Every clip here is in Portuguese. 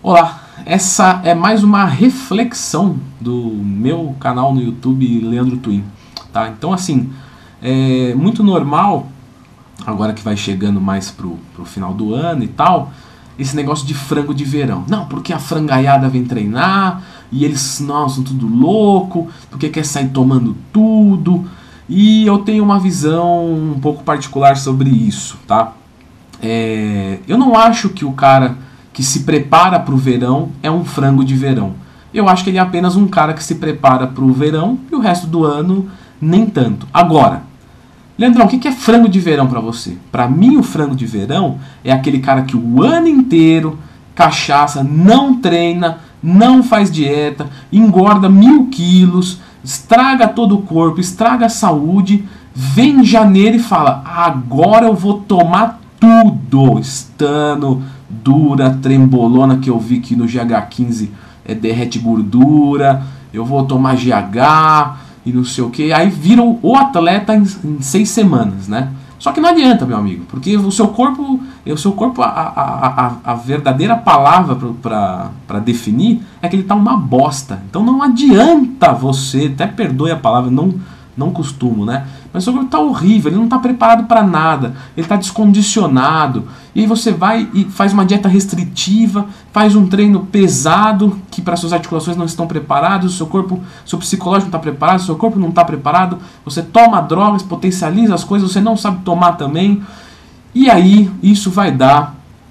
Olá, essa é mais uma reflexão do meu canal no YouTube, Leandro Twin, tá? Então assim, é muito normal, agora que vai chegando mais pro final do ano e tal, esse negócio de frango de verão. Não, porque a frangaiada vem treinar, e eles, nossa, são tudo louco, porque quer sair tomando tudo, e eu tenho uma visão um pouco particular sobre isso, tá? Eu não acho que o cara que se prepara para o verão é um frango de verão. Eu acho que ele é apenas um cara que se prepara para o verão e o resto do ano nem tanto. Agora, Leandrão, o que é frango de verão para você? Para mim, o frango de verão é aquele cara que o ano inteiro cachaça, não treina, não faz dieta, engorda 1000 quilos, estraga todo o corpo, estraga a saúde, vem em janeiro e fala: agora eu vou tomar tudo, estano, dura, trembolona, que eu vi que no GH15 derrete gordura, eu vou tomar GH e não sei o que, aí vira o atleta em 6 semanas, né? Só que não adianta, meu amigo, porque o seu corpo, a verdadeira palavra para definir é que ele tá uma bosta. Então não adianta você, até perdoe a palavra, não costumo, né? Mas o seu corpo tá horrível, ele não tá preparado para nada, ele tá descondicionado. E aí você vai e faz uma dieta restritiva, faz um treino pesado, que para suas articulações não estão preparadas, o seu corpo, seu psicológico não está preparado, o seu corpo não está preparado, você toma drogas, potencializa as coisas, você não sabe tomar também. E aí isso vai dar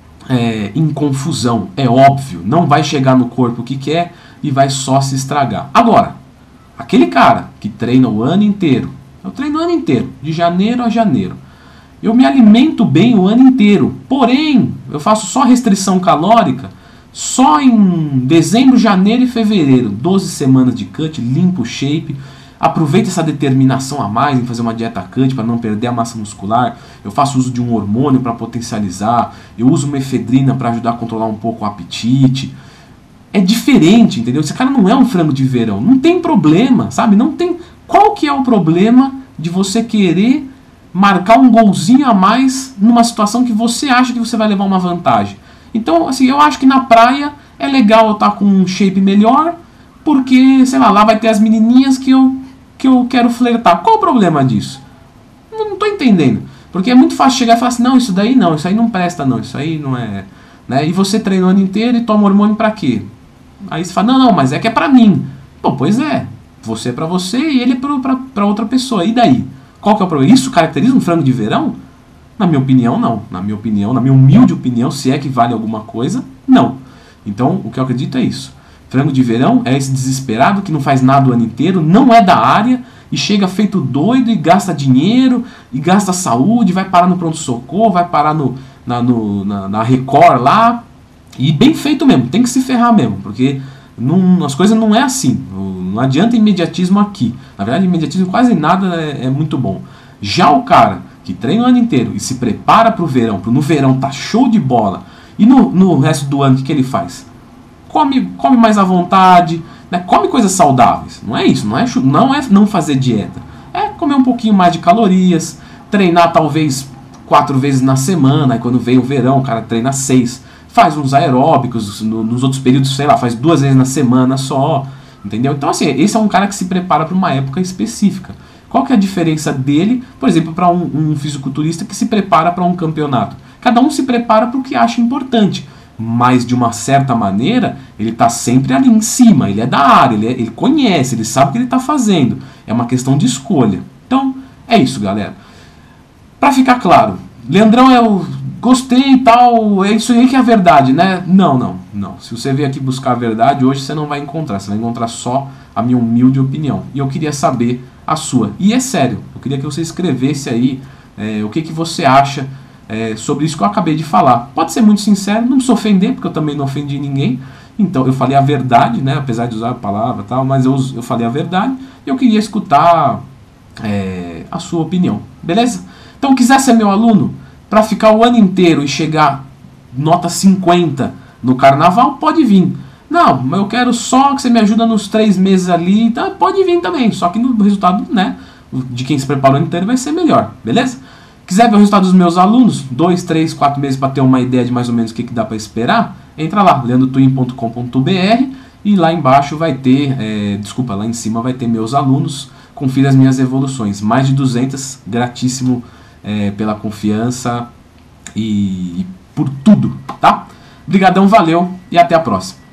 em confusão, é óbvio, não vai chegar no corpo que quer e vai só se estragar. Agora, aquele cara que treina o ano inteiro, eu treino o ano inteiro, de janeiro a janeiro. Eu me alimento bem o ano inteiro, porém, eu faço só restrição calórica só em dezembro, janeiro e fevereiro. 12 semanas de cut, limpo o shape, aproveito essa determinação a mais em fazer uma dieta cut para não perder a massa muscular. Eu faço uso de um hormônio para potencializar, eu uso uma efedrina para ajudar a controlar um pouco o apetite. É diferente, entendeu? Esse cara não é um frango de verão, não tem problema, sabe? Não tem. Qual que é o problema de você querer marcar um golzinho a mais numa situação que você acha que você vai levar uma vantagem? Então, assim, eu acho que na praia é legal eu estar com um shape melhor, porque, sei lá vai ter as menininhas que eu quero flertar. Qual o problema disso? Não tô entendendo. Porque é muito fácil chegar e falar assim: não, isso aí não presta não, isso aí não é... Né? E você treina o ano inteiro e toma hormônio pra quê? Aí você fala: não, mas é que é pra mim. Bom, pois é, você é pra você e ele é pra outra pessoa. E daí? Qual que é o problema? Isso caracteriza um frango de verão? Na minha opinião, não. Na minha humilde opinião, se é que vale alguma coisa, não. Então, o que eu acredito é isso. Frango de verão é esse desesperado que não faz nada o ano inteiro, não é da área e chega feito doido e gasta dinheiro e gasta saúde, vai parar no pronto-socorro, vai parar na Record lá. E bem feito mesmo, tem que se ferrar mesmo, porque as coisas não é assim. Não adianta imediatismo aqui. Na verdade, imediatismo quase nada é muito bom. Já o cara que treina o ano inteiro e se prepara para o verão, no verão tá show de bola, e no resto do ano o que ele faz? Come mais à vontade, né? Come coisas saudáveis. Não é isso, não é não fazer dieta. É comer um pouquinho mais de calorias, treinar talvez 4 vezes na semana, aí quando vem o verão o cara treina 6. Faz uns aeróbicos, nos outros períodos, sei lá, faz 2 vezes na semana só, entendeu? Então, assim, esse é um cara que se prepara para uma época específica. Qual que é a diferença dele, por exemplo, para um fisiculturista que se prepara para um campeonato? Cada um se prepara para o que acha importante, mas de uma certa maneira, ele está sempre ali em cima, ele é da área, ele conhece, ele sabe o que ele está fazendo. É uma questão de escolha. Então, é isso, galera. Para ficar claro, Leandrão gostei e tal, é isso aí que é a verdade, né? Não. Se você vier aqui buscar a verdade, hoje você não vai encontrar. Você vai encontrar só a minha humilde opinião. E eu queria saber a sua. E é sério, eu queria que você escrevesse aí o que você acha sobre isso que eu acabei de falar. Pode ser muito sincero, não se ofender, porque eu também não ofendi ninguém. Então, eu falei a verdade, né? Apesar de usar a palavra e tal, mas eu falei a verdade. E eu queria escutar a sua opinião. Beleza? Então, quiser ser meu aluno para ficar o ano inteiro e chegar nota 50 no carnaval, pode vir. Não, mas eu quero só que você me ajuda nos 3 meses ali, então pode vir também. Só que no resultado, né, de quem se preparou o ano inteiro vai ser melhor, beleza? Quiser ver o resultado dos meus alunos, 2, 3, 4 meses para ter uma ideia de mais ou menos o que dá para esperar, entra lá, leandrotwin.com.br, e lá embaixo vai ter, lá em cima vai ter meus alunos, confira as minhas evoluções, mais de 200, gratíssimo pela confiança e por tudo, tá? Obrigadão, valeu e até a próxima.